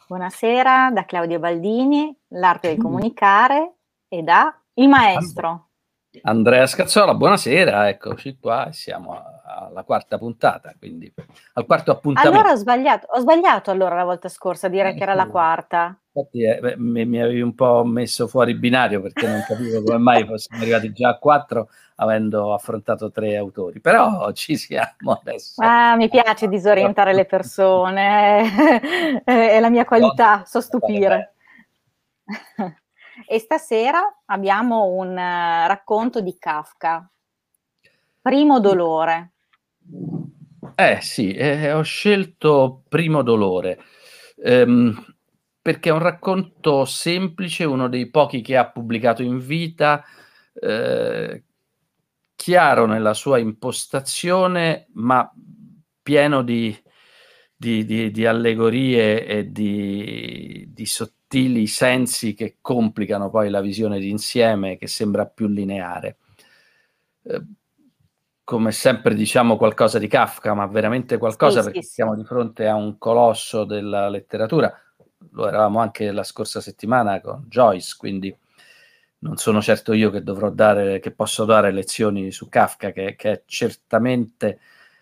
Buonasera da Claudia Baldini, L'arte del comunicare e da Il Maestro. Andrea Scazzola, buonasera, eccoci qua e siamo alla quarta puntata, quindi al quarto Allora appuntamento. ho sbagliato allora la volta scorsa a dire che era la Sì. quarta. Infatti mi avevi un po' messo fuori binario perché non capivo come mai fossimo arrivati già a quattro avendo affrontato tre autori, però ci siamo adesso. Mi piace disorientare le persone, è la mia qualità, so stupire. E stasera abbiamo un racconto di Kafka, Primo dolore. Sì, ho scelto Primo dolore, ehm, perché è un racconto semplice, uno dei pochi che ha pubblicato in vita, ehm, chiaro nella sua impostazione, ma pieno di allegorie e di sottili sensi che complicano poi la visione d'insieme, che sembra più lineare. Ehm, Come sempre diciamo qualcosa di Kafka, ma veramente Sì, qualcosa sì, perché siamo sì. di fronte a un colosso della letteratura. Lo eravamo anche la scorsa settimana con Joyce, quindi non sono certo io che posso dare lezioni su Kafka, che è certamente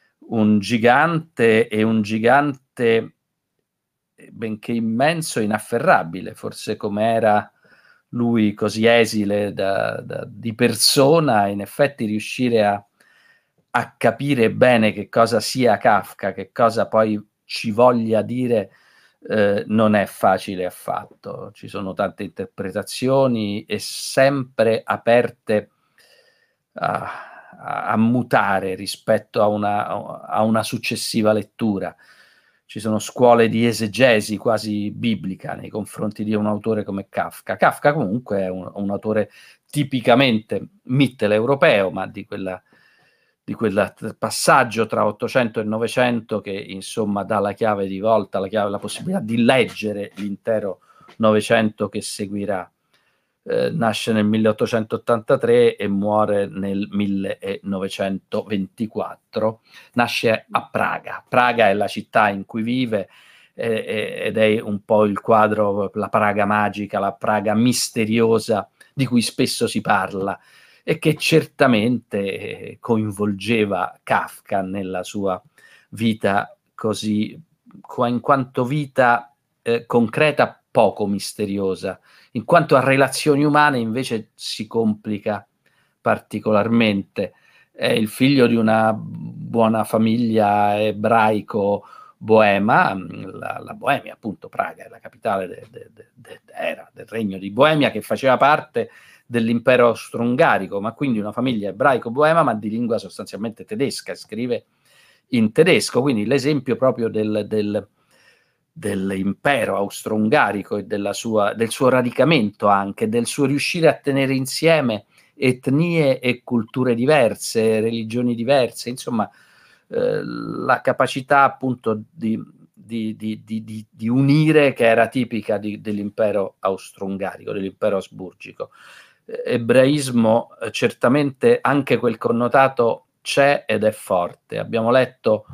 un gigante, benché immenso, inafferrabile, forse com'era lui così esile di persona, in effetti riuscire a capire bene che cosa sia Kafka, che cosa poi ci voglia dire, non è facile affatto. Ci sono tante interpretazioni e sempre aperte a mutare rispetto a una successiva lettura. Ci sono scuole di esegesi quasi biblica nei confronti di un autore come Kafka. Kafka comunque è un autore tipicamente mitteleuropeo, ma di quel passaggio tra Ottocento e Novecento che insomma dà la chiave di volta, la possibilità di leggere l'intero Novecento che seguirà. Nasce nel 1883 e muore nel 1924. Nasce a Praga. Praga è la città in cui vive ed è un po' il quadro, la Praga magica, la Praga misteriosa di cui spesso si parla e che certamente coinvolgeva Kafka nella sua vita così, in quanto vita concreta poco misteriosa, in quanto a relazioni umane invece si complica particolarmente. È il figlio di una buona famiglia ebraico-boema, la Boemia, appunto Praga è la capitale era del regno di Boemia, che faceva parte dell'impero austro-ungarico, ma quindi una famiglia ebraico-boema, ma di lingua sostanzialmente tedesca, scrive in tedesco, quindi l'esempio proprio dell'impero austro-ungarico e del suo radicamento anche, del suo riuscire a tenere insieme etnie e culture diverse, religioni diverse, insomma, la capacità appunto di unire che era tipica dell'impero austro-ungarico, dell'impero asburgico. Ebraismo, certamente anche quel connotato c'è ed è forte. Abbiamo letto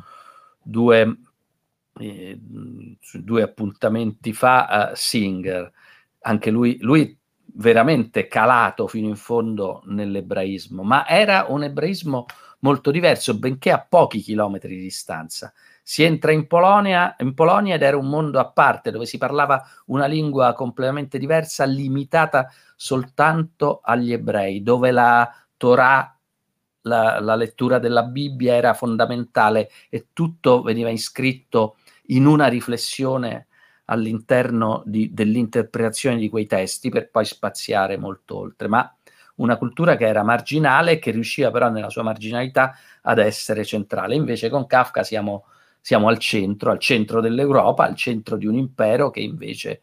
su due appuntamenti fa, Singer, anche lui veramente calato fino in fondo nell'ebraismo, ma era un ebraismo molto diverso, benché a pochi chilometri di distanza. Si entra in Polonia ed era un mondo a parte, dove si parlava una lingua completamente diversa, limitata soltanto agli ebrei, dove la Torah, la lettura della Bibbia era fondamentale e tutto veniva iscritto in una riflessione all'interno dell'interpretazione di quei testi per poi spaziare molto oltre, ma una cultura che era marginale e che riusciva però nella sua marginalità ad essere centrale. Invece con Kafka siamo al centro dell'Europa, al centro di un impero che invece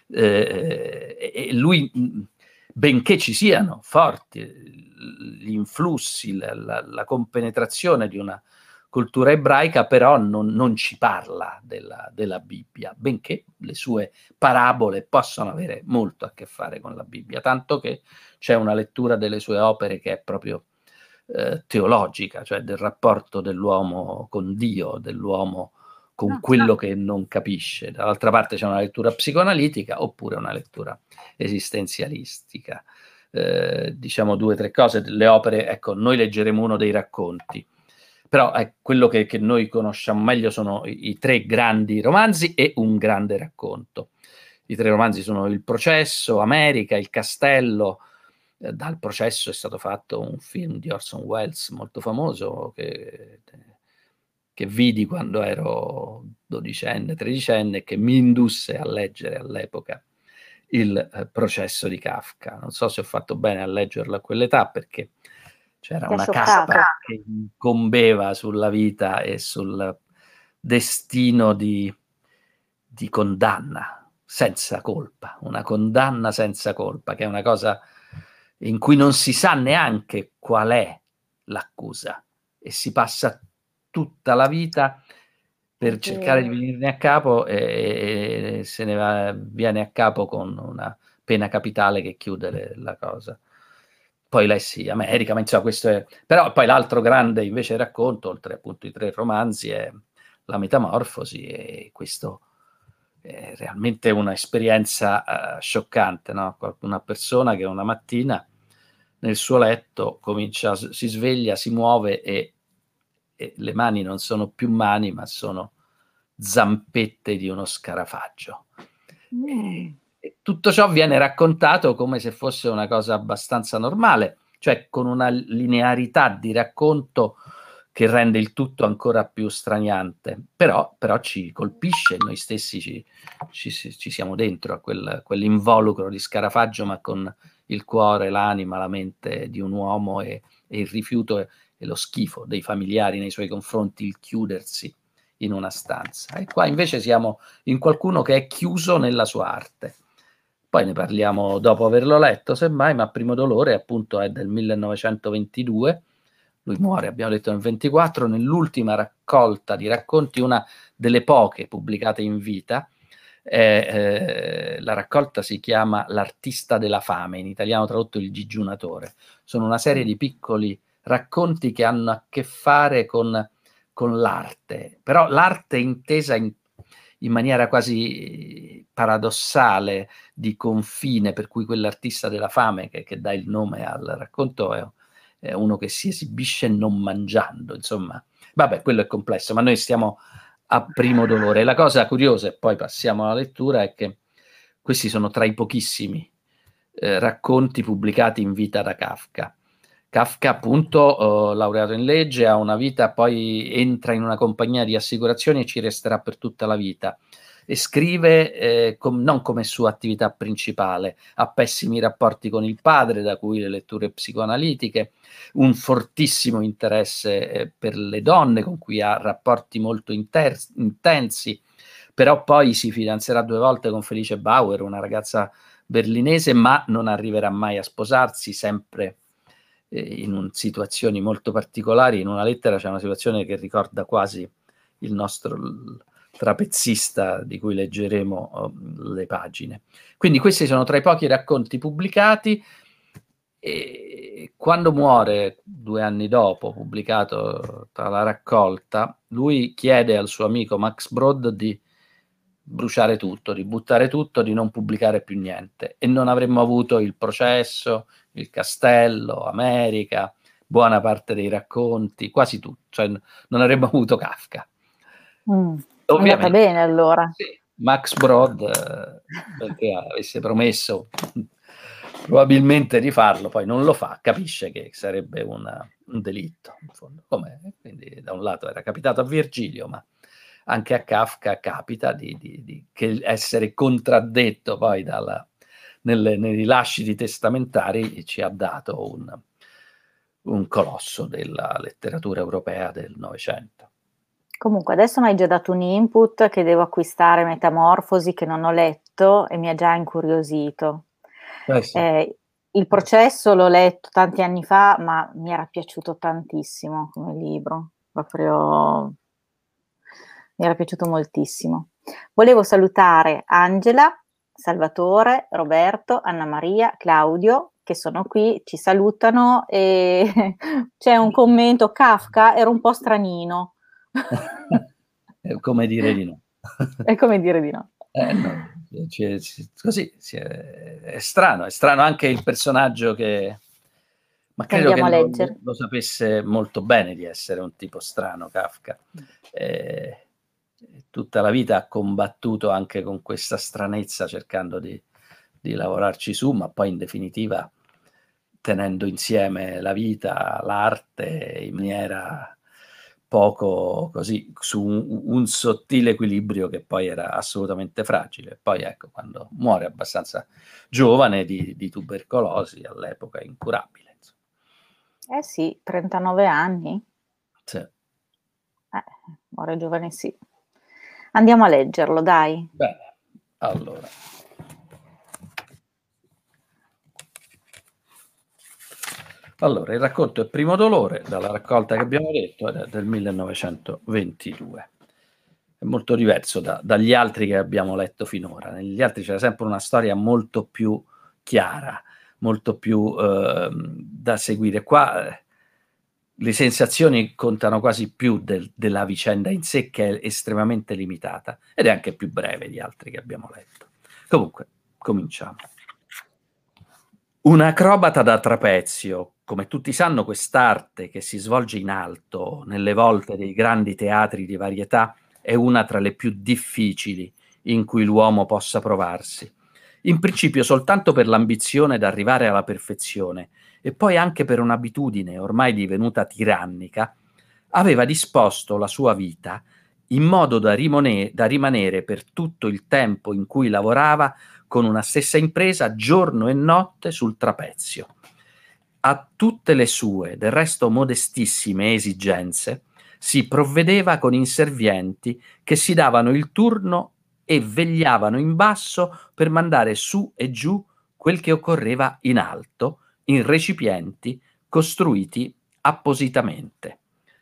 e lui, benché ci siano forti gli influssi, la compenetrazione di una cultura ebraica, però non ci parla della Bibbia, benché le sue parabole possano avere molto a che fare con la Bibbia, tanto che c'è una lettura delle sue opere che è proprio teologica, cioè del rapporto dell'uomo con Dio, dell'uomo con quello che non capisce. Dall'altra parte c'è una lettura psicoanalitica oppure una lettura esistenzialistica. Diciamo 2 o 3 cose. Le opere, ecco, noi leggeremo uno dei racconti, però quello che noi conosciamo meglio sono i 3 grandi romanzi e un grande racconto. I 3 romanzi sono Il processo, America, Il castello. Dal processo è stato fatto un film di Orson Welles molto famoso che vidi quando ero 12enne, 13enne, e che mi indusse a leggere all'epoca Il processo di Kafka. Non so se ho fatto bene a leggerlo a quell'età, perché c'era una cappa che incombeva sulla vita e sul destino di condanna senza colpa, una condanna senza colpa, che è una cosa in cui non si sa neanche qual è l'accusa e si passa tutta la vita per cercare di venirne a capo e se ne viene a capo con una pena capitale che chiude la cosa. Poi lessi America, ma insomma questo è... Però poi l'altro grande invece racconto, oltre appunto i 3 romanzi, è La Metamorfosi, e questo è realmente un'esperienza scioccante, no? Una persona che una mattina nel suo letto si sveglia, si muove e le mani non sono più mani, ma sono zampette di uno scarafaggio. E tutto ciò viene raccontato come se fosse una cosa abbastanza normale, cioè con una linearità di racconto che rende il tutto ancora più straniante, però ci colpisce, noi stessi ci siamo dentro a quell'involucro di scarafaggio, ma con il cuore, l'anima, la mente di un uomo e il rifiuto e lo schifo dei familiari nei suoi confronti, il chiudersi in una stanza. E qua invece siamo in qualcuno che è chiuso nella sua arte. Poi ne parliamo dopo averlo letto, semmai, ma Primo Dolore appunto è del 1922, lui muore, abbiamo detto, nel 24, nell'ultima raccolta di racconti, una delle poche pubblicate in vita. La raccolta si chiama L'artista della fame, in italiano tradotto Il digiunatore. Sono una serie di piccoli racconti che hanno a che fare con l'arte, però l'arte intesa in maniera quasi paradossale, di confine, per cui quell'artista della fame che dà il nome al racconto è uno che si esibisce non mangiando, insomma. Vabbè, quello è complesso, ma noi stiamo a Primo Dolore. La cosa curiosa, e poi passiamo alla lettura, è che questi sono tra i pochissimi racconti pubblicati in vita da Kafka. Kafka, appunto, laureato in legge, ha una vita, poi entra in una compagnia di assicurazioni e ci resterà per tutta la vita. E scrive non come sua attività principale, ha pessimi rapporti con il padre, da cui le letture psicoanalitiche, un fortissimo interesse per le donne, con cui ha rapporti molto intensi, però poi si fidanzerà 2 volte con Felice Bauer, una ragazza berlinese, ma non arriverà mai a sposarsi, sempre in situazioni molto particolari. In una lettera c'è una situazione che ricorda quasi il nostro trapezzista, di cui leggeremo le pagine. Quindi questi sono tra i pochi racconti pubblicati, e quando muore 2 anni dopo, pubblicato tra la raccolta, lui chiede al suo amico Max Brod di bruciare tutto, di buttare tutto, di non pubblicare più niente, e non avremmo avuto Il processo, Il castello, America, buona parte dei racconti, quasi tutto, cioè non avremmo avuto Kafka. È andata bene allora. Sì, Max Brod, perché avesse promesso probabilmente di farlo, poi non lo fa, capisce che sarebbe un delitto, in fondo. Quindi da un lato era capitato a Virgilio, ma anche a Kafka capita di essere contraddetto poi nei rilasci testamentari. Ci ha dato un colosso della letteratura europea del Novecento. Comunque adesso mi hai già dato un input che devo acquistare Metamorfosi, che non ho letto e mi ha già incuriosito. Sì. Il processo l'ho letto tanti anni fa, ma mi era piaciuto tantissimo come libro, proprio mi era piaciuto moltissimo. Volevo salutare Angela, Salvatore, Roberto, Anna Maria, Claudio, che sono qui, ci salutano, e c'è un commento: Kafka era un po' stranino. È come dire di no. È come dire di no. No, così è strano anche il personaggio che ma Che credo che andiamo a leggere. lo sapesse molto bene di essere un tipo strano Kafka. Mh. Ehm, Tutta la vita ha combattuto anche con questa stranezza cercando di lavorarci su, ma poi in definitiva tenendo insieme la vita, l'arte in maniera poco così su un sottile equilibrio che poi era assolutamente fragile. Poi ecco, quando muore abbastanza giovane di tubercolosi, all'epoca incurabile, inso Eh sì, 39 anni. sì. Eh, muore giovane sì. Andiamo a leggerlo dai. Bene, allora. Allora, il racconto è Primo dolore, dalla raccolta che abbiamo detto, ed è del 1922. È molto diverso dagli altri che abbiamo letto finora. Negli altri c'era sempre una storia molto più chiara, molto più, da seguire. Qua, le sensazioni contano quasi più della vicenda in sé, che è estremamente limitata, ed è anche più breve di altri che abbiamo letto. Comunque, cominciamo. Un acrobata da trapezio, come tutti sanno, quest'arte che si svolge in alto, nelle volte dei grandi teatri di varietà, è una tra le più difficili in cui l'uomo possa provarsi. In principio soltanto per l'ambizione d'arrivare alla perfezione e poi anche per un'abitudine ormai divenuta tirannica, aveva disposto la sua vita in modo da rimanere per tutto il tempo in cui lavorava con una stessa impresa giorno e notte sul trapezio. A tutte le sue, del resto modestissime esigenze, si provvedeva con inservienti che si davano il turno e vegliavano in basso per mandare su e giù quel che occorreva in alto, in recipienti costruiti appositamente.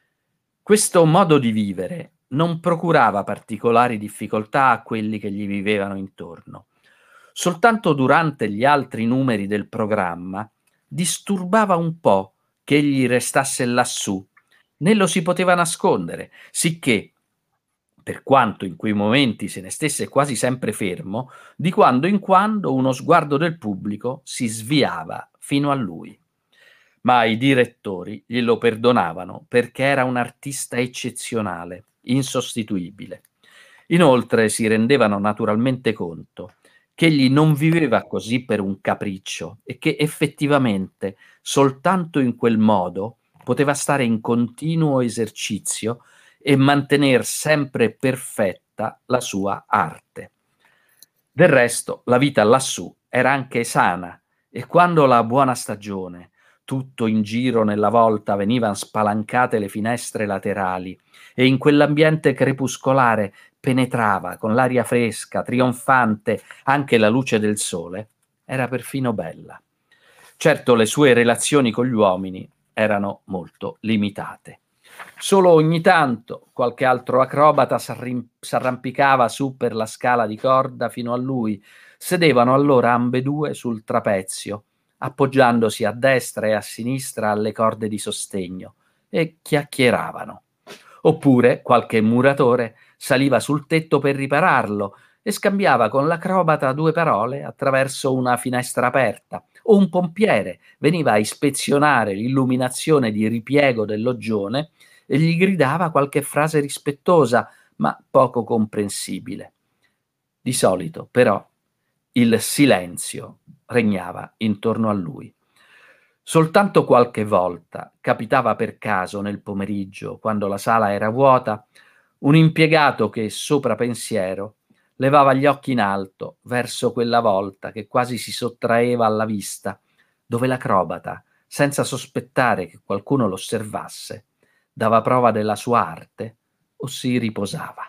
Questo modo di vivere non procurava particolari difficoltà a quelli che gli vivevano intorno. Soltanto durante gli altri numeri del programma disturbava un po' che egli restasse lassù, né lo si poteva nascondere, sicché, per quanto in quei momenti se ne stesse quasi sempre fermo, di quando in quando uno sguardo del pubblico si sviava fino a lui. Ma i direttori glielo perdonavano perché era un artista eccezionale, insostituibile. Inoltre si rendevano naturalmente conto che egli non viveva così per un capriccio e che effettivamente soltanto in quel modo poteva stare in continuo esercizio e mantener sempre perfetta la sua arte. Del resto, la vita lassù era anche sana e quando la buona stagione, tutto in giro nella volta, venivan spalancate le finestre laterali e in quell'ambiente crepuscolare penetrava con l'aria fresca, trionfante, anche la luce del sole, era perfino bella. Certo, le sue relazioni con gli uomini erano molto limitate. Solo ogni tanto qualche altro acrobata s'arrampicava su per la scala di corda fino a lui. Sedevano allora ambedue sul trapezio, appoggiandosi a destra e a sinistra alle corde di sostegno, e chiacchieravano. Oppure qualche muratore saliva sul tetto per ripararlo e scambiava con l'acrobata due parole attraverso una finestra aperta, o un pompiere veniva a ispezionare l'illuminazione di ripiego del loggione e gli gridava qualche frase rispettosa, ma poco comprensibile. Di solito, però, il silenzio regnava intorno a lui. Soltanto qualche volta capitava per caso nel pomeriggio, quando la sala era vuota, un impiegato che, sopra pensiero, levava gli occhi in alto verso quella volta che quasi si sottraeva alla vista, dove l'acrobata, senza sospettare che qualcuno lo osservasse, dava prova della sua arte o si riposava.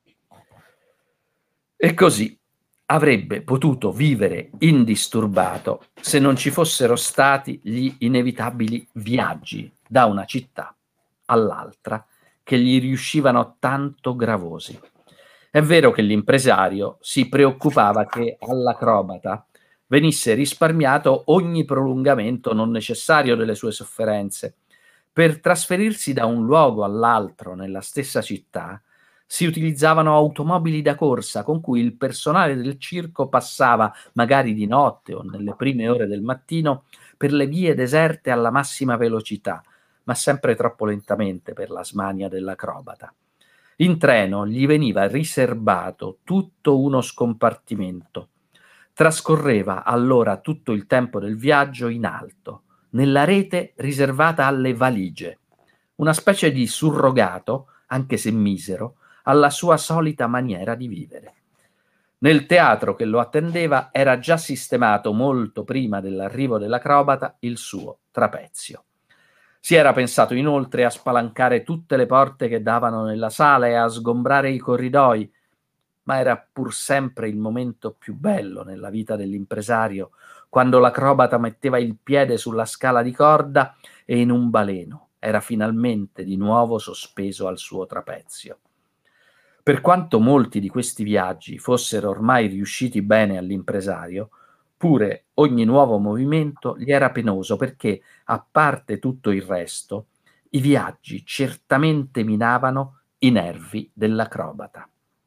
E così avrebbe potuto vivere indisturbato se non ci fossero stati gli inevitabili viaggi da una città all'altra che gli riuscivano tanto gravosi. È vero che l'impresario si preoccupava che all'acrobata venisse risparmiato ogni prolungamento non necessario delle sue sofferenze. Per trasferirsi da un luogo all'altro nella stessa città Si utilizzavano automobili da corsa con cui il personale del circo passava, magari di notte o nelle prime ore del mattino, per le vie deserte alla massima velocità, ma sempre troppo lentamente per la smania dell'acrobata. In treno gli veniva riservato tutto uno scompartimento. Trascorreva allora tutto il tempo del viaggio in alto, nella rete riservata alle valigie, una specie di surrogato, anche se misero, alla sua solita maniera di vivere. Nel teatro che lo attendeva era già sistemato molto prima dell'arrivo dell'acrobata il suo trapezio. Si era pensato inoltre a spalancare tutte le porte che davano nella sala e a sgombrare i corridoi, ma era pur sempre il momento più bello nella vita dell'impresario, quando l'acrobata metteva il piede sulla scala di corda e in un baleno era finalmente di nuovo sospeso al suo trapezio. Per quanto molti di questi viaggi fossero ormai riusciti bene all'impresario, pure ogni nuovo movimento gli era penoso perché, a parte tutto il resto, i viaggi certamente minavano i nervi dell'acrobata.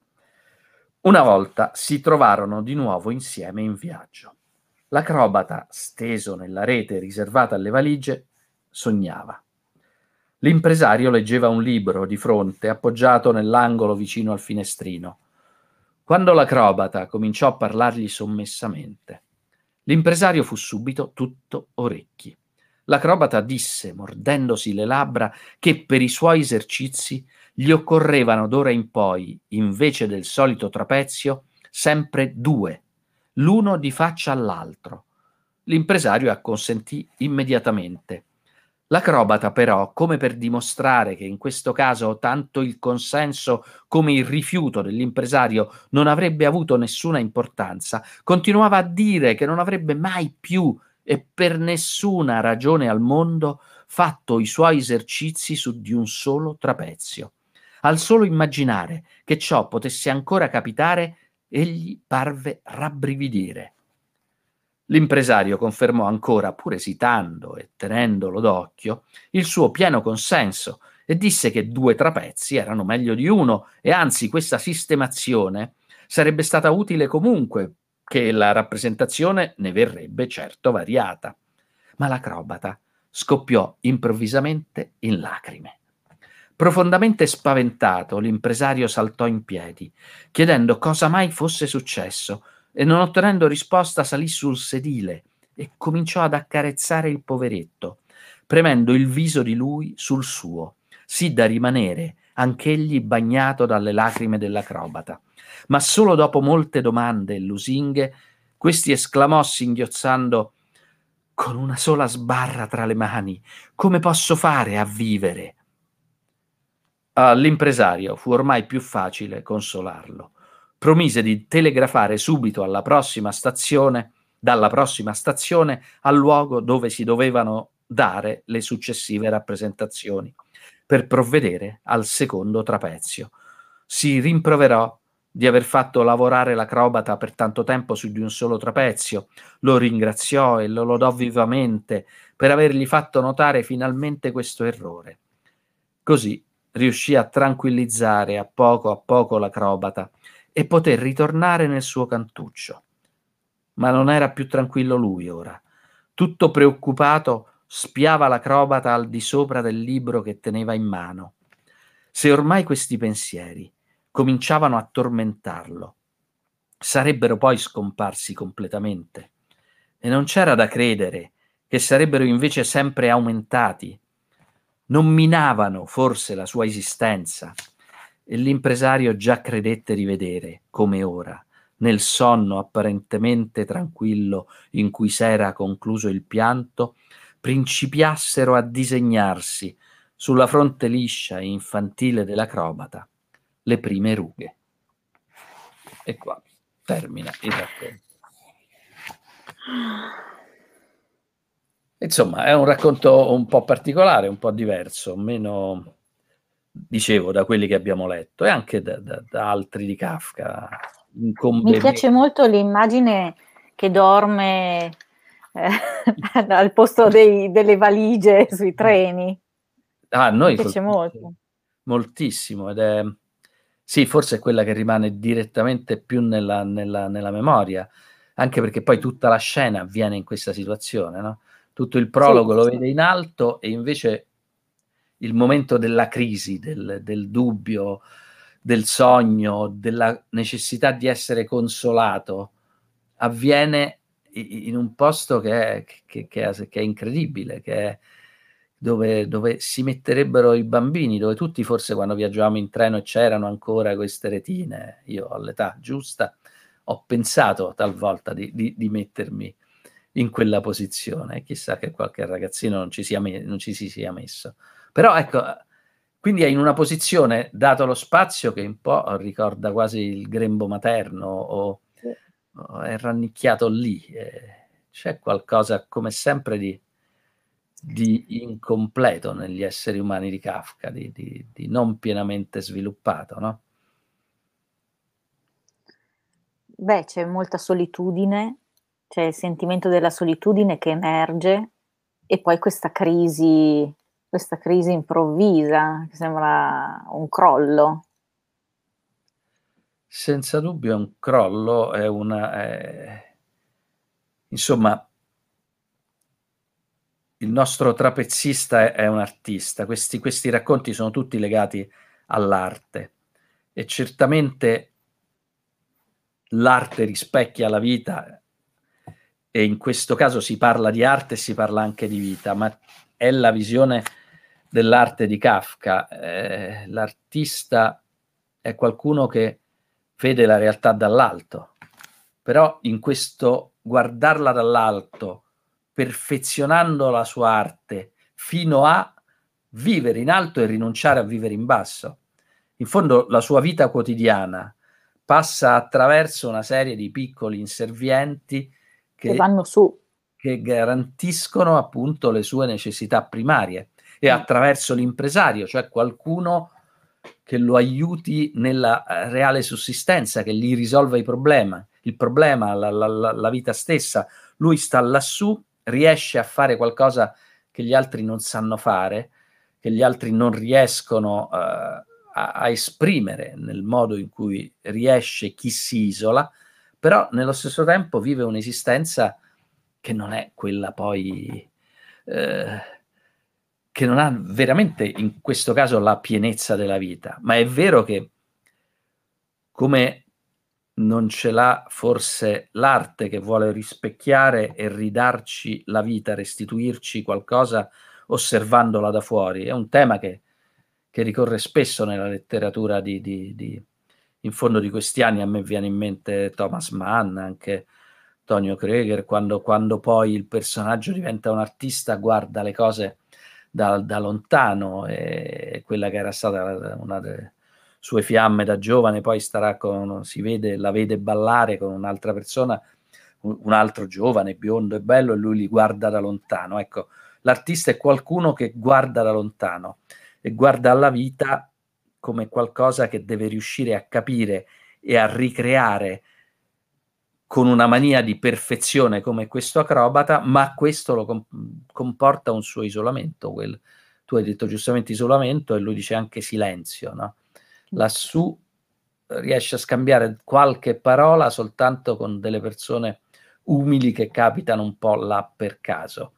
Una volta si trovarono di nuovo insieme in viaggio. L'acrobata, steso nella rete riservata alle valigie, sognava. L'impresario leggeva un libro di fronte, appoggiato nell'angolo vicino al finestrino, quando l'acrobata cominciò a parlargli sommessamente. L'impresario fu subito tutto orecchi. L'acrobata disse, mordendosi le labbra, che per i suoi esercizi gli occorrevano d'ora in poi, invece del solito trapezio, sempre due, l'uno di faccia all'altro. L'impresario acconsentì immediatamente. L'acrobata però, come per dimostrare che in questo caso tanto il consenso come il rifiuto dell'impresario non avrebbe avuto nessuna importanza, continuava a dire che non avrebbe mai più e per nessuna ragione al mondo fatto i suoi esercizi su di un solo trapezio. Al solo immaginare che ciò potesse ancora capitare, egli parve rabbrividire. L'impresario confermò ancora, pur esitando e tenendolo d'occhio, il suo pieno consenso e disse che due trapezi erano meglio di uno e anzi questa sistemazione sarebbe stata utile comunque, che la rappresentazione ne verrebbe certo variata. Ma l'acrobata scoppiò improvvisamente in lacrime. Profondamente spaventato, l'impresario saltò in piedi, chiedendo cosa mai fosse successo, e non ottenendo risposta salì sul sedile e cominciò ad accarezzare il poveretto, premendo il viso di lui sul suo, sì da rimanere anch'egli bagnato dalle lacrime dell'acrobata. Ma solo dopo molte domande e lusinghe, questi esclamò singhiozzando: «Con una sola sbarra tra le mani, come posso fare a vivere?» All'impresario fu ormai più facile consolarlo. Promise di telegrafare subito dalla prossima stazione al luogo dove si dovevano dare le successive rappresentazioni, per provvedere al secondo trapezio. Si rimproverò di aver fatto lavorare l'acrobata per tanto tempo su di un solo trapezio, lo ringraziò e lo lodò vivamente per avergli fatto notare finalmente questo errore. Così riuscì a tranquillizzare a poco l'acrobata e poté ritornare nel suo cantuccio. Ma non era più tranquillo lui ora. Tutto preoccupato spiava l'acrobata al di sopra del libro che teneva in mano. Se ormai questi pensieri cominciavano a tormentarlo, sarebbero poi scomparsi completamente. E non c'era da credere che sarebbero invece sempre aumentati. Non minavano forse la sua esistenza, e l'impresario già credette di vedere, come ora, nel sonno apparentemente tranquillo in cui s'era concluso il pianto, principiassero a disegnarsi sulla fronte liscia e infantile dell'acrobata le prime rughe. E qua termina il racconto. Insomma, è un racconto un po' particolare, un po' diverso, meno, dicevo, da quelli che abbiamo letto e anche da altri di Kafka. Mi piace molto l'immagine che dorme al posto delle valigie sui treni. Noi mi piace molto. Moltissimo, ed è Sì, forse è quella che rimane direttamente più nella memoria, anche perché poi tutta la scena avviene in questa situazione, no, tutto il Sì, prologo lo sì. vede in alto e invece il momento della crisi, del dubbio, del sogno, della necessità di essere consolato, avviene in un posto che è incredibile, che è dove si metterebbero i bambini, dove tutti forse quando viaggiavamo in treno e c'erano ancora queste retine, io all'età giusta ho pensato talvolta di mettermi in quella posizione, e chissà che qualche ragazzino non ci si sia messo. Però ecco, quindi è in una posizione, dato lo spazio, che un po' ricorda quasi il grembo materno Sì. o è rannicchiato lì. C'è qualcosa, come sempre, di incompleto negli esseri umani di Kafka, di non pienamente sviluppato, no? Beh, c'è molta solitudine, c'è il sentimento della solitudine che emerge e poi questa crisi improvvisa, che sembra un crollo. Senza dubbio è un crollo, insomma, il nostro trapezzista è un artista, questi racconti sono tutti legati all'arte e certamente l'arte rispecchia la vita e in questo caso si parla di arte e si parla anche di vita, ma è la visione dell'arte di Kafka. L'artista è qualcuno che vede la realtà dall'alto, però in questo guardarla dall'alto, perfezionando la sua arte fino a vivere in alto e rinunciare a vivere in basso. In fondo la sua vita quotidiana passa attraverso una serie di piccoli inservienti Che che, vanno su. che garantiscono appunto le sue necessità primarie e Mm. attraverso l'impresario, cioè qualcuno che lo aiuti nella reale sussistenza, che gli risolva il problema, la vita stessa. Lui sta lassù, riesce a fare qualcosa che gli altri non sanno fare, che gli altri non riescono a esprimere nel modo in cui riesce chi si isola, però nello stesso tempo vive un'esistenza che non è quella poi, eh, che non ha veramente in questo caso la pienezza della vita, ma è vero che come non ce l'ha forse l'arte che vuole rispecchiare e ridarci la vita, restituirci qualcosa osservandola da fuori. È un tema che ricorre spesso nella letteratura in fondo di questi anni. A me viene in mente Thomas Mann, anche Tonio Kröger, quando poi il personaggio diventa un artista, guarda le cose da lontano, e quella che era stata una delle sue fiamme da giovane, poi la vede ballare con un'altra persona, un altro giovane, biondo e bello, e lui li guarda da lontano. Ecco, l'artista è qualcuno che guarda da lontano e guarda alla vita come qualcosa che deve riuscire a capire e a ricreare con una mania di perfezione come questo acrobata, ma questo comporta un suo isolamento. Tu hai detto giustamente isolamento e lui dice anche silenzio, no? Lassù riesce a scambiare qualche parola soltanto con delle persone umili che capitano un po' là per caso.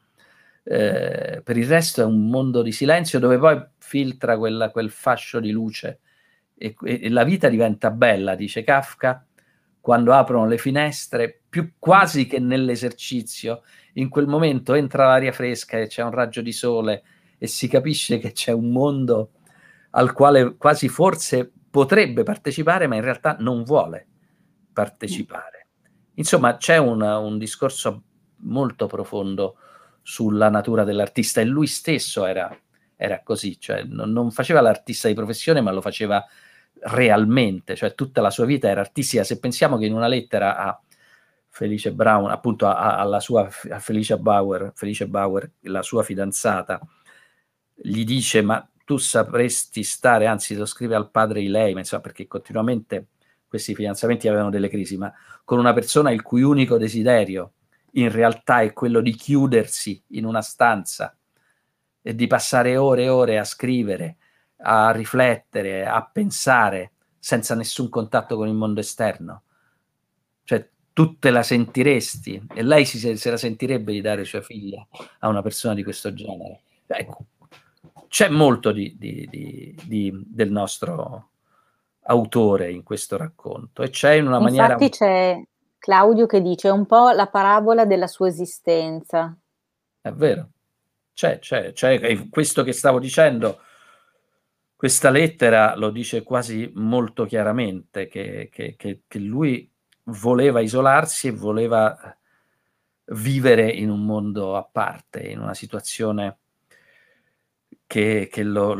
Per il resto è un mondo di silenzio dove poi filtra quel fascio di luce e la vita diventa bella, dice Kafka, quando aprono le finestre, più quasi che nell'esercizio. In quel momento entra l'aria fresca e c'è un raggio di sole e si capisce che c'è un mondo al quale quasi forse potrebbe partecipare, ma in realtà non vuole partecipare. Insomma, c'è un discorso molto profondo sulla natura dell'artista e lui stesso era così, cioè non faceva l'artista di professione, ma lo faceva realmente, cioè tutta la sua vita era artistica. Se pensiamo che in una lettera a Felice Brown, appunto alla sua a Felicia Bauer, la sua fidanzata, gli dice: ma tu sapresti stare, anzi lo scrive al padre di lei, ma insomma, perché continuamente questi fidanzamenti avevano delle crisi, ma con una persona il cui unico desiderio in realtà è quello di chiudersi in una stanza e di passare ore e ore a scrivere, a riflettere, a pensare, senza nessun contatto con il mondo esterno. Cioè, tu te la sentiresti, e lei se la sentirebbe di dare sua figlia a una persona di questo genere. Ecco, c'è molto del nostro autore in questo racconto, e c'è in una maniera... Infatti c'è Claudio che dice: "È un po' la parabola della sua esistenza". È vero, c'è, e questo che stavo dicendo, questa lettera lo dice quasi molto chiaramente, che lui voleva isolarsi e voleva vivere in un mondo a parte, in una situazione che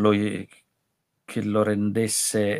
lo rendesse,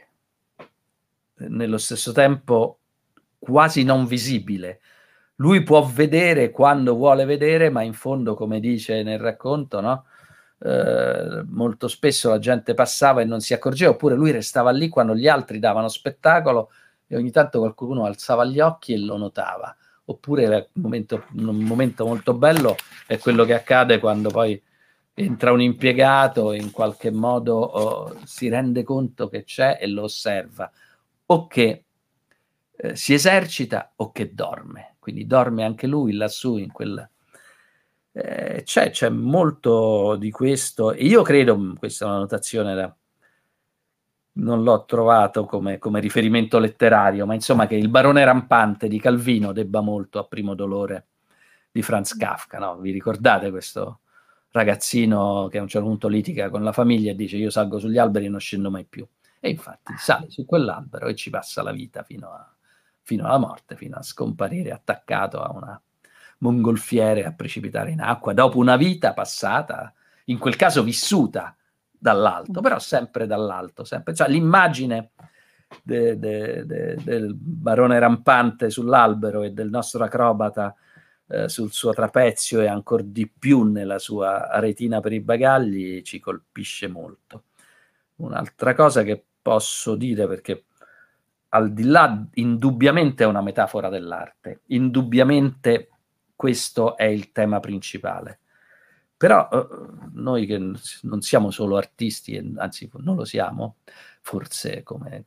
nello stesso tempo quasi non visibile. Lui può vedere quando vuole vedere, ma in fondo, come dice nel racconto, no, molto spesso la gente passava e non si accorgeva, oppure lui restava lì quando gli altri davano spettacolo e ogni tanto qualcuno alzava gli occhi e lo notava. Oppure un momento molto bello è quello che accade quando poi entra un impiegato e in qualche modo si rende conto che c'è e lo osserva, o che si esercita o che dorme. Quindi dorme anche lui lassù in quel... c'è molto di questo, e io credo, questa è una notazione non l'ho trovato come riferimento letterario, ma insomma che il barone rampante di Calvino debba molto a Primo dolore di Franz Kafka, no? Vi ricordate questo ragazzino che a un certo punto litiga con la famiglia e dice: io salgo sugli alberi e non scendo mai più? E infatti sale su quell'albero e ci passa la vita fino alla morte, fino a scomparire attaccato a una mongolfiere, a precipitare in acqua, dopo una vita passata, in quel caso vissuta dall'alto, però sempre dall'alto, sempre. Cioè, l'immagine del barone rampante sull'albero e del nostro acrobata sul suo trapezio e ancor di più nella sua retina per i bagagli ci colpisce molto. Un'altra cosa che posso dire, perché al di là, indubbiamente è una metafora dell'arte, indubbiamente questo è il tema principale. Però noi che non siamo solo artisti, anzi non lo siamo, forse come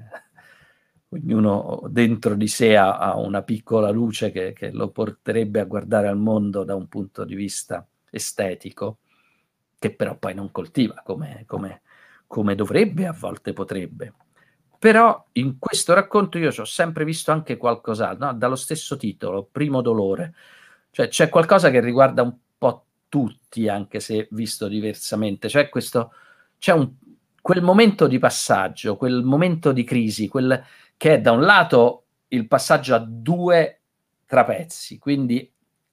ognuno dentro di sé ha una piccola luce che lo porterebbe a guardare al mondo da un punto di vista estetico, che però poi non coltiva come dovrebbe, a volte potrebbe. Però in questo racconto io ci ho sempre visto anche qualcos'altro, no? Dallo stesso titolo, Primo dolore. Cioè c'è qualcosa che riguarda un po' tutti, anche se visto diversamente. C'è quel momento di passaggio, quel momento di crisi, che è da un lato il passaggio a due trapezzi, quindi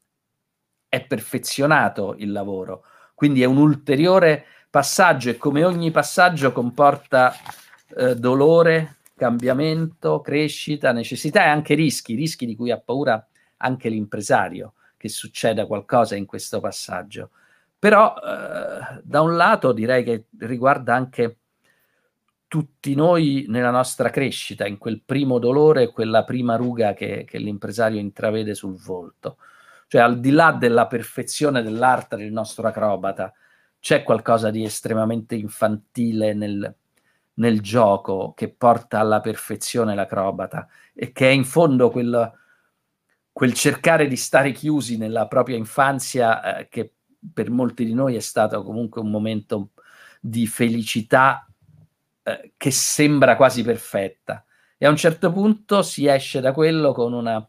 è perfezionato il lavoro, quindi è un ulteriore passaggio e come ogni passaggio comporta dolore, cambiamento, crescita, necessità e anche rischi di cui ha paura anche l'impresario, che succeda qualcosa in questo passaggio. Però da un lato direi che riguarda anche tutti noi nella nostra crescita, in quel primo dolore, quella prima ruga che l'impresario intravede sul volto. Cioè, al di là della perfezione dell'arte del nostro acrobata, c'è qualcosa di estremamente infantile nel gioco che porta alla perfezione l'acrobata e che è in fondo quel cercare di stare chiusi nella propria infanzia, che per molti di noi è stato comunque un momento di felicità che sembra quasi perfetta, e a un certo punto si esce da quello con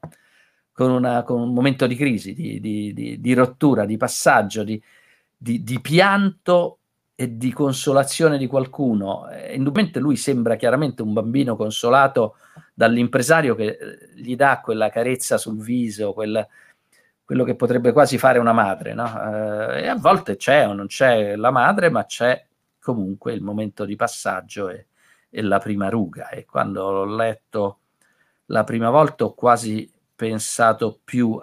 un momento di crisi, di rottura, di passaggio, di pianto e di consolazione di qualcuno. Indubbiamente lui sembra chiaramente un bambino consolato dall'impresario che gli dà quella carezza sul viso, quello che potrebbe quasi fare una madre, no? E a volte c'è o non c'è la madre, ma c'è comunque il momento di passaggio e la prima ruga. E quando l'ho letto la prima volta ho quasi pensato più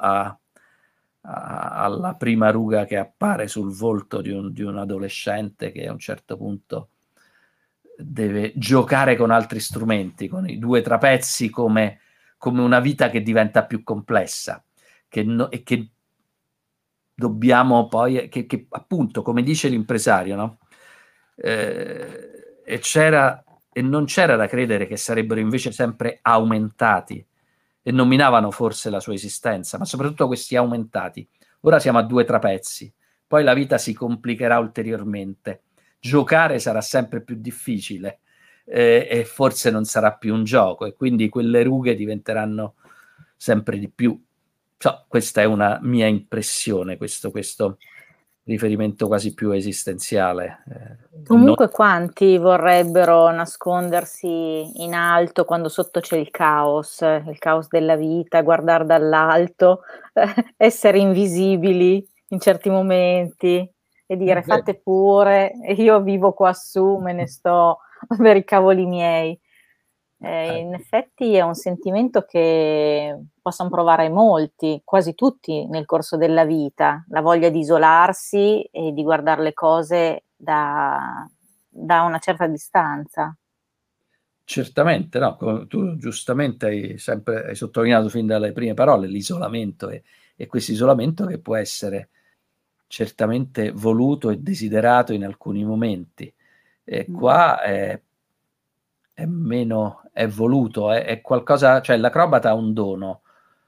alla prima ruga che appare sul volto di un adolescente che a un certo punto deve giocare con altri strumenti, con i due trapezzi, come una vita che diventa più complessa, e che dobbiamo poi, che appunto, come dice l'impresario, no? E c'era e non c'era da credere che sarebbero invece sempre aumentati, e nominavano forse la sua esistenza, ma soprattutto questi aumentati. Ora siamo a 2 trapezzi, poi la vita si complicherà ulteriormente, giocare sarà sempre più difficile, e forse non sarà più un gioco, e quindi quelle rughe diventeranno sempre di più. So, questa è una mia impressione, questo riferimento quasi più esistenziale. Comunque quanti vorrebbero nascondersi in alto quando sotto c'è il caos della vita, guardar dall'alto, essere invisibili in certi momenti e dire fate pure, e io vivo quassù, me ne sto per i cavoli miei. In effetti è un sentimento che possono provare molti, quasi tutti nel corso della vita, la voglia di isolarsi e di guardare le cose da una certa distanza. Certamente, no, tu giustamente hai sottolineato fin dalle prime parole l'isolamento, e questo isolamento che può essere certamente voluto e desiderato in alcuni momenti. E qua è meno, è voluto, è qualcosa, cioè l'acrobata ha un dono,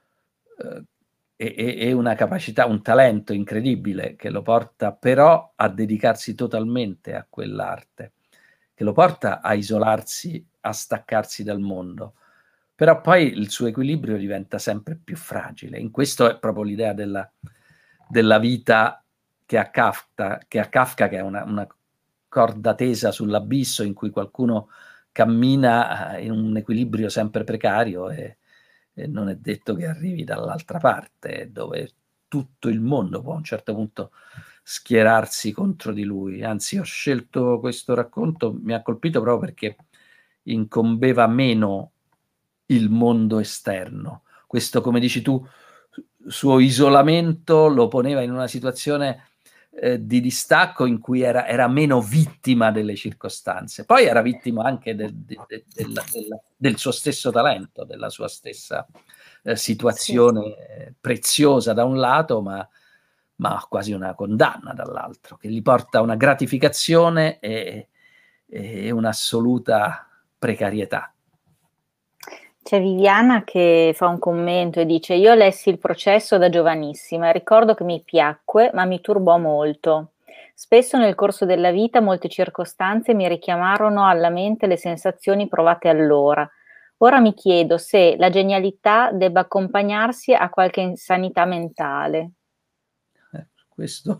e una capacità, un talento incredibile che lo porta però a dedicarsi totalmente a quell'arte, che lo porta a isolarsi, a staccarsi dal mondo. Però poi il suo equilibrio diventa sempre più fragile. In questo è proprio l'idea della vita che ha Kafka, che è una corda tesa sull'abisso in cui qualcuno cammina in un equilibrio sempre precario, e non è detto che arrivi dall'altra parte, dove tutto il mondo può a un certo punto schierarsi contro di lui. Anzi, ho scelto questo racconto, mi ha colpito proprio perché incombeva meno il mondo esterno. Questo, come dici tu, suo isolamento lo poneva in una situazione di distacco in cui era meno vittima delle circostanze. Poi era vittima anche del suo stesso talento, della sua stessa situazione preziosa da un lato, ma quasi una condanna dall'altro, che gli porta una gratificazione e un'assoluta precarietà. C'è Viviana che fa un commento e dice: io lessi Il processo da giovanissima e ricordo che mi piacque, ma mi turbò molto. Spesso nel corso della vita molte circostanze mi richiamarono alla mente le sensazioni provate allora. Ora mi chiedo se la genialità debba accompagnarsi a qualche insanità mentale. Questo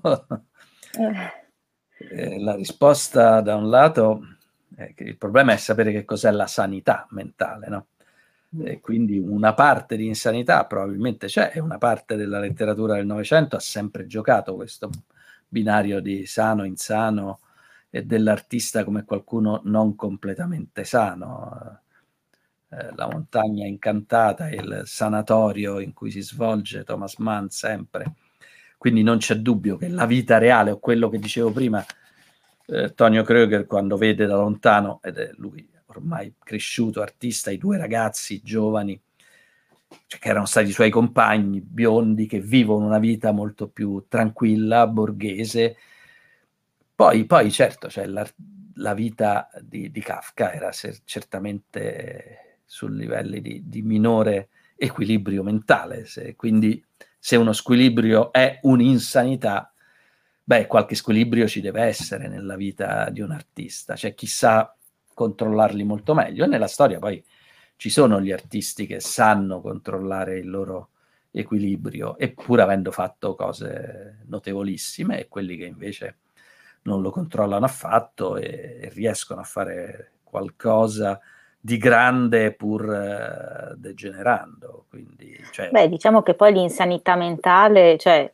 la risposta da un lato è che il problema è sapere che cos'è la sanità mentale, no? E quindi una parte di insanità probabilmente c'è, e una parte della letteratura del Novecento ha sempre giocato questo binario di sano, insano, e dell'artista come qualcuno non completamente sano. La montagna incantata, il sanatorio in cui si svolge Thomas Mann sempre. Quindi non c'è dubbio che la vita reale, o quello che dicevo prima, Tonio Kröger, quando vede da lontano, ed è lui ormai cresciuto artista, i 2 ragazzi giovani, cioè, che erano stati i suoi compagni, biondi, che vivono una vita molto più tranquilla, borghese. Poi certo, cioè, la vita di Kafka era certamente su livelli di minore equilibrio mentale, quindi se uno squilibrio è un'insanità, beh, qualche squilibrio ci deve essere nella vita di un artista. C'è chi sa controllarli molto meglio, e nella storia poi ci sono gli artisti che sanno controllare il loro equilibrio, eppur avendo fatto cose notevolissime, e quelli che invece non lo controllano affatto e riescono a fare qualcosa di grande pur degenerando. Quindi, cioè, Beh, diciamo che poi l'insanità mentale, cioè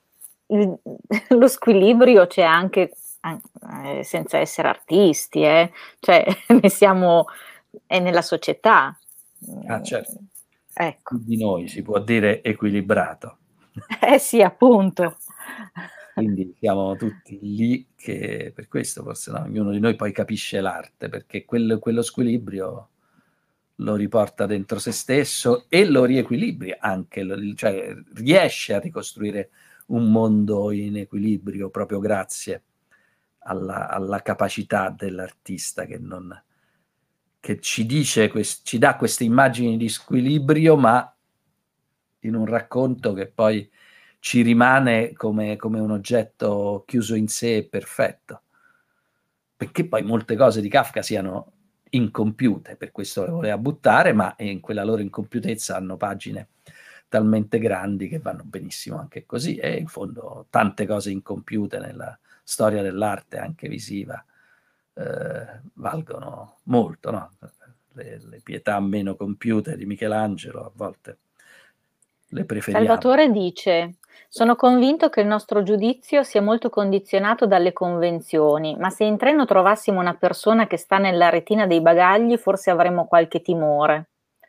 lo squilibrio c'è anche senza essere artisti, cioè ne siamo, è nella società. certo, Ecco. di noi si può dire equilibrato. Eh sì, appunto. Quindi siamo tutti lì, che per questo forse, no, ognuno di noi poi capisce l'arte, perché quello squilibrio lo riporta dentro se stesso e lo riequilibri anche, cioè riesce a ricostruire un mondo in equilibrio proprio grazie alla capacità dell'artista, che che ci dice, ci dà queste immagini di squilibrio, ma in un racconto che poi ci rimane come un oggetto chiuso in sé e perfetto. Perché poi molte cose di Kafka siano incompiute, per questo le voleva buttare, ma in quella loro incompiutezza hanno pagine talmente grandi che vanno benissimo anche così, e in fondo tante cose incompiute nella storia dell'arte, anche visiva, valgono molto, no? Le pietà meno compiute di Michelangelo a volte le preferiamo. Salvatore dice: sono convinto che il nostro giudizio sia molto condizionato dalle convenzioni, ma se in treno trovassimo una persona che sta nella retina dei bagagli, forse avremmo qualche timore.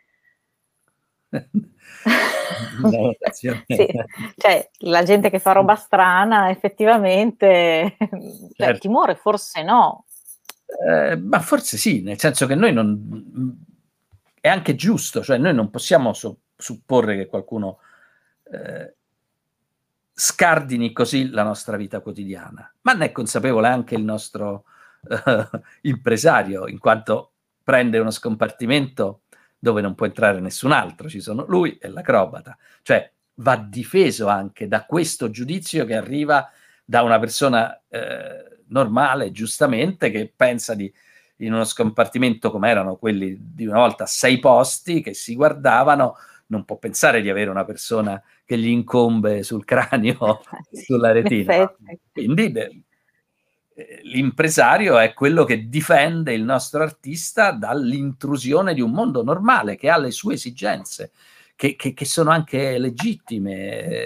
Una votazione. Sì, cioè la gente che fa roba strana effettivamente, cioè Certo. timore forse no. Ma forse sì, nel senso che noi non è anche giusto, cioè noi non possiamo supporre che qualcuno scardini così la nostra vita quotidiana, ma ne è consapevole anche il nostro impresario, in quanto prende uno scompartimento dove non può entrare nessun altro, ci sono lui e l'acrobata, cioè va difeso anche da questo giudizio che arriva da una persona normale, giustamente, che pensa di in uno scompartimento come erano quelli di una volta, 6 posti che si guardavano, non può pensare di avere una persona che gli incombe sul cranio, Sì, sulla in retina. effetti. Quindi l'impresario è quello che difende il nostro artista dall'intrusione di un mondo normale che ha le sue esigenze, che sono anche legittime,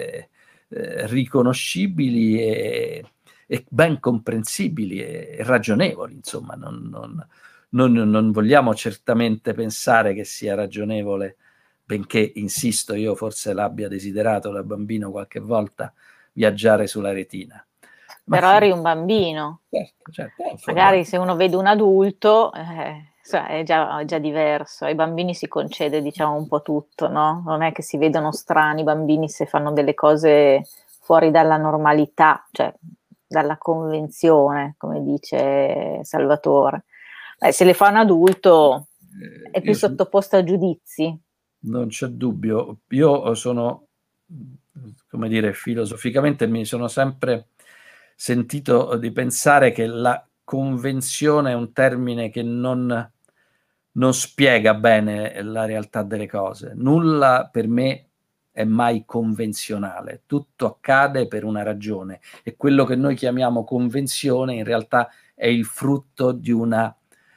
riconoscibili e ben comprensibili e ragionevoli. Insomma, non vogliamo certamente pensare che sia ragionevole, benché, insisto, io forse l'abbia desiderato da bambino qualche volta, viaggiare sulla retina. Ma Però eri un bambino. certo, in fondo Magari se uno vede un adulto, è già diverso. Ai bambini si concede, diciamo, un po' tutto, no? Non è che si vedono strani i bambini se fanno delle cose fuori dalla normalità, cioè dalla convenzione, come dice Salvatore. Se le fa un adulto è più io sottoposto a giudizi. non c'è dubbio. Io sono, come dire, filosoficamente mi sono sempre sentito di pensare che la convenzione è un termine che non spiega bene la realtà delle cose. Nulla per me è mai convenzionale, tutto accade per una ragione e quello che noi chiamiamo convenzione in realtà è il frutto di una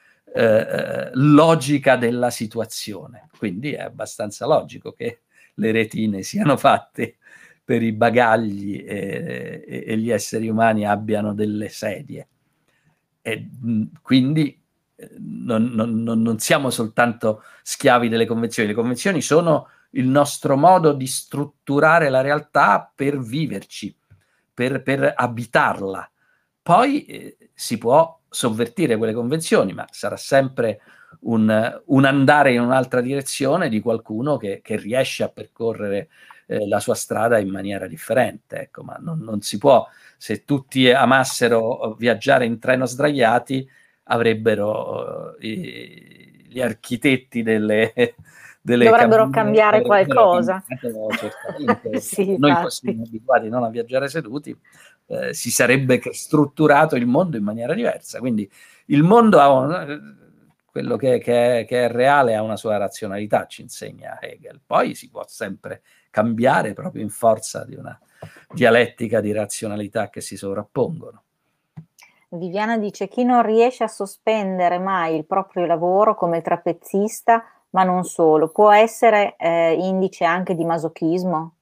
logica della situazione. Quindi è abbastanza logico che le retine siano fatte per i bagagli e gli esseri umani abbiano delle sedie. E quindi non siamo soltanto schiavi delle convenzioni, le convenzioni sono il nostro modo di strutturare la realtà per viverci, per abitarla. Poi si può sovvertire quelle convenzioni, ma sarà sempre un andare in un'altra direzione di qualcuno che riesce a percorrere la sua strada in maniera differente. Ecco, ma non si può, se tutti amassero viaggiare in treno sdraiati, avrebbero gli architetti delle Dovrebbero cabine cambiare avrebbero qualcosa. cambiato certamente, perché Sì, se noi infatti. fossimo abituati non a viaggiare seduti, si sarebbe strutturato il mondo in maniera diversa. Quindi il mondo quello che è reale ha una sua razionalità, ci insegna Hegel. Poi si può sempre cambiare proprio in forza di una dialettica di razionalità che si sovrappongono. Viviana dice: chi non riesce a sospendere mai il proprio lavoro come il trapezzista, ma non solo, può essere indice anche di masochismo?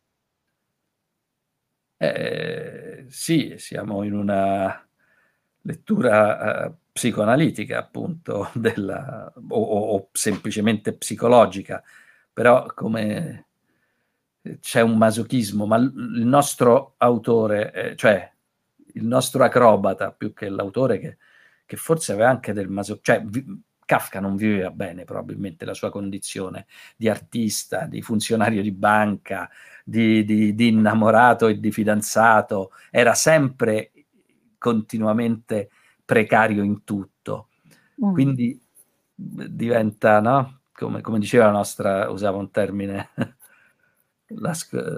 Sì, siamo in una lettura psicoanalitica, appunto, o semplicemente psicologica, però come c'è un masochismo, ma il nostro autore, cioè il nostro acrobata, più che l'autore, che forse aveva anche del masochismo, cioè Kafka non viveva bene probabilmente la sua condizione di artista, di funzionario di banca, di innamorato e di fidanzato, era sempre continuamente precario in tutto. Mm. Quindi diventa, no? Come diceva la nostra, usava un termine, la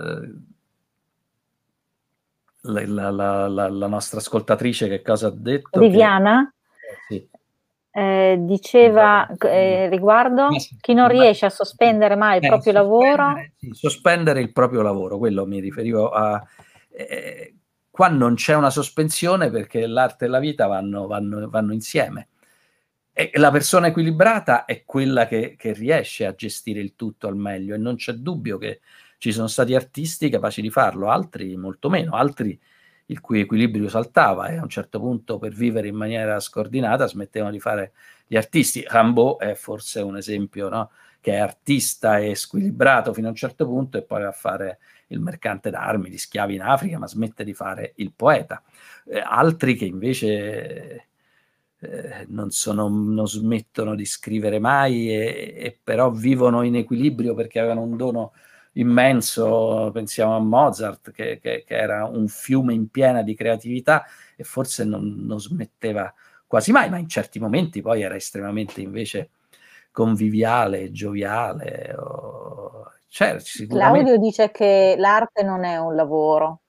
nostra ascoltatrice, che cosa ha detto? Che Viviana sì, diceva riguardo chi non riesce a sospendere mai il proprio lavoro. sospendere, sì, sospendere il proprio lavoro, quello mi riferivo a. Qua non c'è una sospensione perché l'arte e la vita vanno insieme. E la persona equilibrata è quella che riesce a gestire il tutto al meglio, e non c'è dubbio che ci sono stati artisti capaci di farlo, altri molto meno, altri il cui equilibrio saltava, e a un certo punto, per vivere in maniera scordinata, smettevano di fare gli artisti. Rimbaud è forse un esempio, no? Che è artista e squilibrato fino a un certo punto, e poi va a fare il mercante d'armi, di schiavi in Africa, ma smette di fare il poeta. Altri che invece non smettono di scrivere mai, e però vivono in equilibrio perché avevano un dono immenso. Pensiamo a Mozart, che era un fiume in piena di creatività, e forse non smetteva quasi mai, ma in certi momenti poi era estremamente invece conviviale, gioviale. Cioè, sicuramente Claudio dice che l'arte non è un lavoro.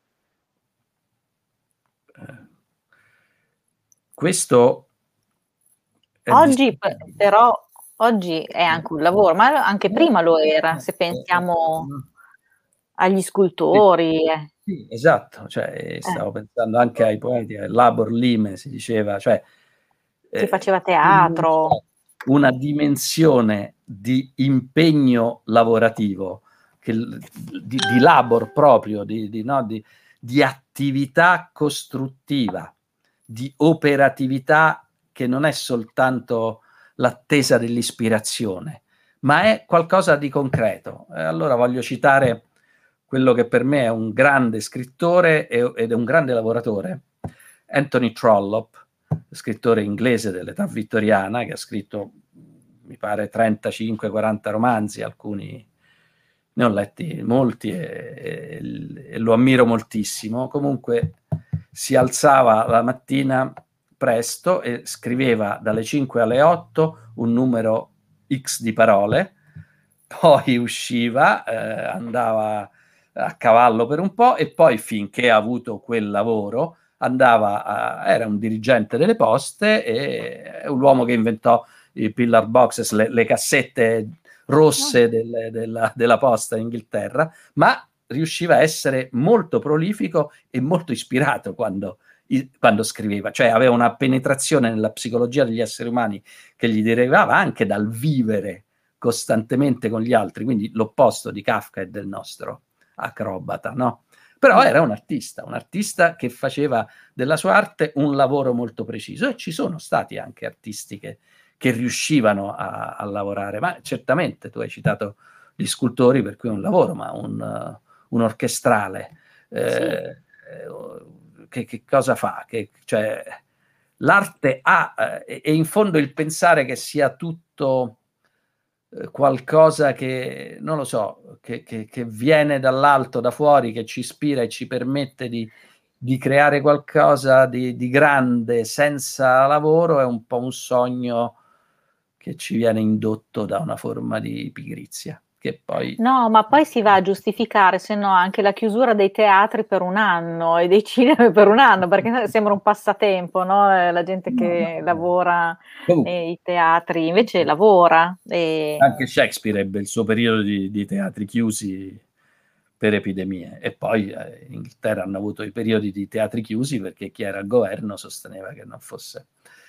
Questo è Oggi discutibile. però oggi è anche un lavoro, ma anche prima lo era, se pensiamo agli Sì, scultori. sì, esatto, cioè, Eh, stavo pensando anche ai poeti, labor lime si diceva, cioè si faceva non teatro. c'è una dimensione di impegno lavorativo, di labor proprio, no, di attività costruttiva, di operatività, che non è soltanto l'attesa dell'ispirazione, ma è qualcosa di concreto. Allora voglio citare quello che per me è un grande scrittore ed è un grande lavoratore, Anthony Trollope, scrittore inglese dell'età vittoriana, che ha scritto, mi pare, 35-40 romanzi, alcuni ne ho letti molti, e lo ammiro moltissimo. Comunque si alzava la mattina presto e scriveva dalle 5 alle 8 un numero X di parole, poi usciva, andava a cavallo per un po', e poi, finché ha avuto quel lavoro, era un dirigente delle poste, e è l'uomo che inventò i pillar boxes, le cassette rosse della posta in Inghilterra, ma riusciva a essere molto prolifico e molto ispirato quando scriveva, cioè aveva una penetrazione nella psicologia degli esseri umani che gli derivava anche dal vivere costantemente con gli altri, quindi l'opposto di Kafka e del nostro acrobata, no? Però era un artista che faceva della sua arte un lavoro molto preciso, e ci sono stati anche artisti che riuscivano a lavorare, ma certamente tu hai citato gli scultori, per cui è un lavoro, ma un orchestrale, Sì. che cosa fa? Cioè, l'arte ha, e in fondo il pensare che sia tutto qualcosa che, non lo so, che viene dall'alto, da fuori, che ci ispira e ci permette di creare qualcosa di grande senza lavoro, è un po' un sogno che ci viene indotto da una forma di pigrizia, che poi. No, ma poi si va a giustificare, se no, anche la chiusura dei teatri per un anno e dei cinema per un anno, perché sembra un passatempo, no? La gente No, no, che no. lavora Comunque, nei teatri invece lavora. E. anche Shakespeare ebbe il suo periodo di teatri chiusi per epidemie, e poi in Inghilterra hanno avuto i periodi di teatri chiusi perché chi era al governo sosteneva che non fosse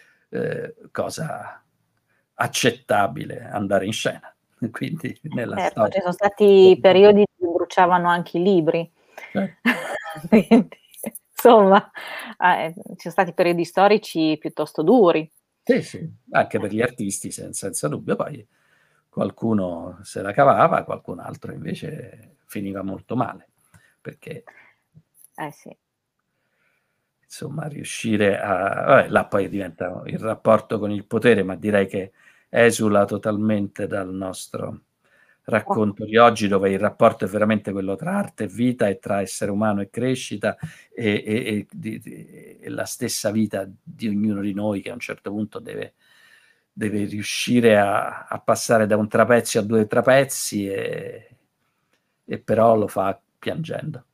cosa accettabile andare in scena. Quindi nella Certo, storia. ci sono stati periodi in cui bruciavano anche i libri. Certo. Quindi, insomma, ci sono stati periodi storici piuttosto duri. Sì, sì, anche per gli artisti, senza dubbio. Poi qualcuno se la cavava, qualcun altro invece finiva molto male, perché Sì. insomma riuscire vabbè, là poi diventa il rapporto con il potere, ma direi che esula totalmente dal nostro racconto di oggi, dove il rapporto è veramente quello tra arte e vita, e tra essere umano e crescita, e la stessa vita di ognuno di noi, che a un certo punto deve riuscire a passare da un trapezio a 2 trapezi e però lo fa piangendo.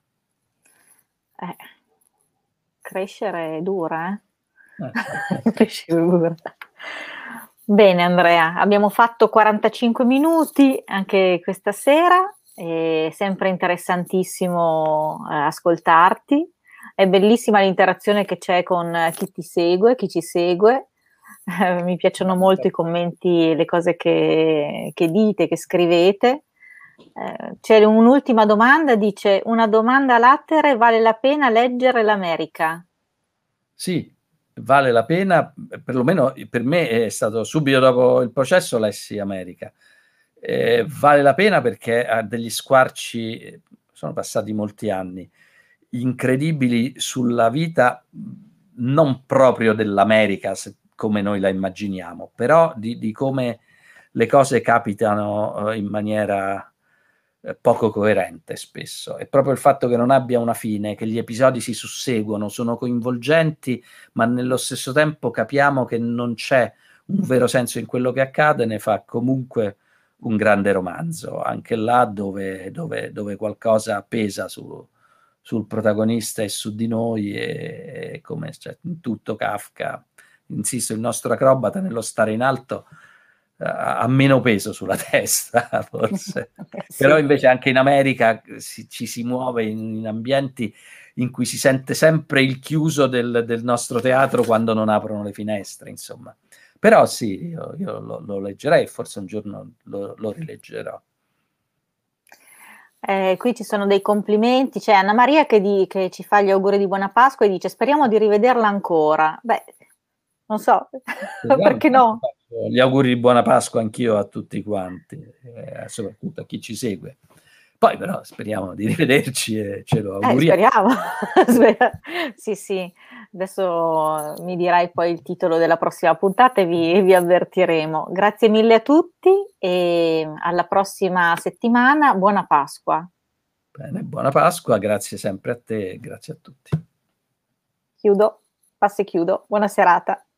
Crescere è dura, Sì. crescere è dura. Bene Andrea, abbiamo fatto 45 minuti anche questa sera, è sempre interessantissimo ascoltarti, è bellissima l'interazione che c'è con chi ti segue, chi ci segue, mi piacciono molto i commenti e le cose che dite, che scrivete. C'è un'ultima domanda, dice: una domanda latere, vale la pena leggere l'America? Sì, vale la pena, perlomeno per me è stato subito dopo il processo lessi America. Vale la pena perché ha degli squarci, sono passati molti anni, incredibili sulla vita, non proprio dell'America come noi la immaginiamo, però di come le cose capitano in maniera poco coerente spesso. È proprio il fatto che non abbia una fine, che gli episodi si susseguono, sono coinvolgenti, ma nello stesso tempo capiamo che non c'è un vero senso in quello che accade, ne fa comunque un grande romanzo, anche là dove qualcosa pesa sul protagonista e su di noi, e come cioè, in tutto Kafka, insisto, il nostro acrobata nello stare in alto ha meno peso sulla testa, forse. Sì. Però invece anche in America ci si muove in ambienti in cui si sente sempre il chiuso del nostro teatro quando non aprono le finestre, insomma. Però sì, io lo leggerei e forse un giorno lo rileggerò. Qui ci sono dei complimenti, c'è Anna Maria che ci fa gli auguri di buona Pasqua e dice: speriamo di rivederla ancora. Beh, non so, perché no? Faccio gli auguri di buona Pasqua anch'io a tutti quanti, soprattutto a chi ci segue. Poi però speriamo di rivederci e ce lo auguriamo. Speriamo. Sì, sì, adesso mi dirai poi il titolo della prossima puntata e vi avvertiremo. Grazie mille a tutti e alla prossima settimana. Buona Pasqua. Bene, buona Pasqua, grazie sempre a te e grazie a tutti. Chiudo, passo e chiudo. Buona serata.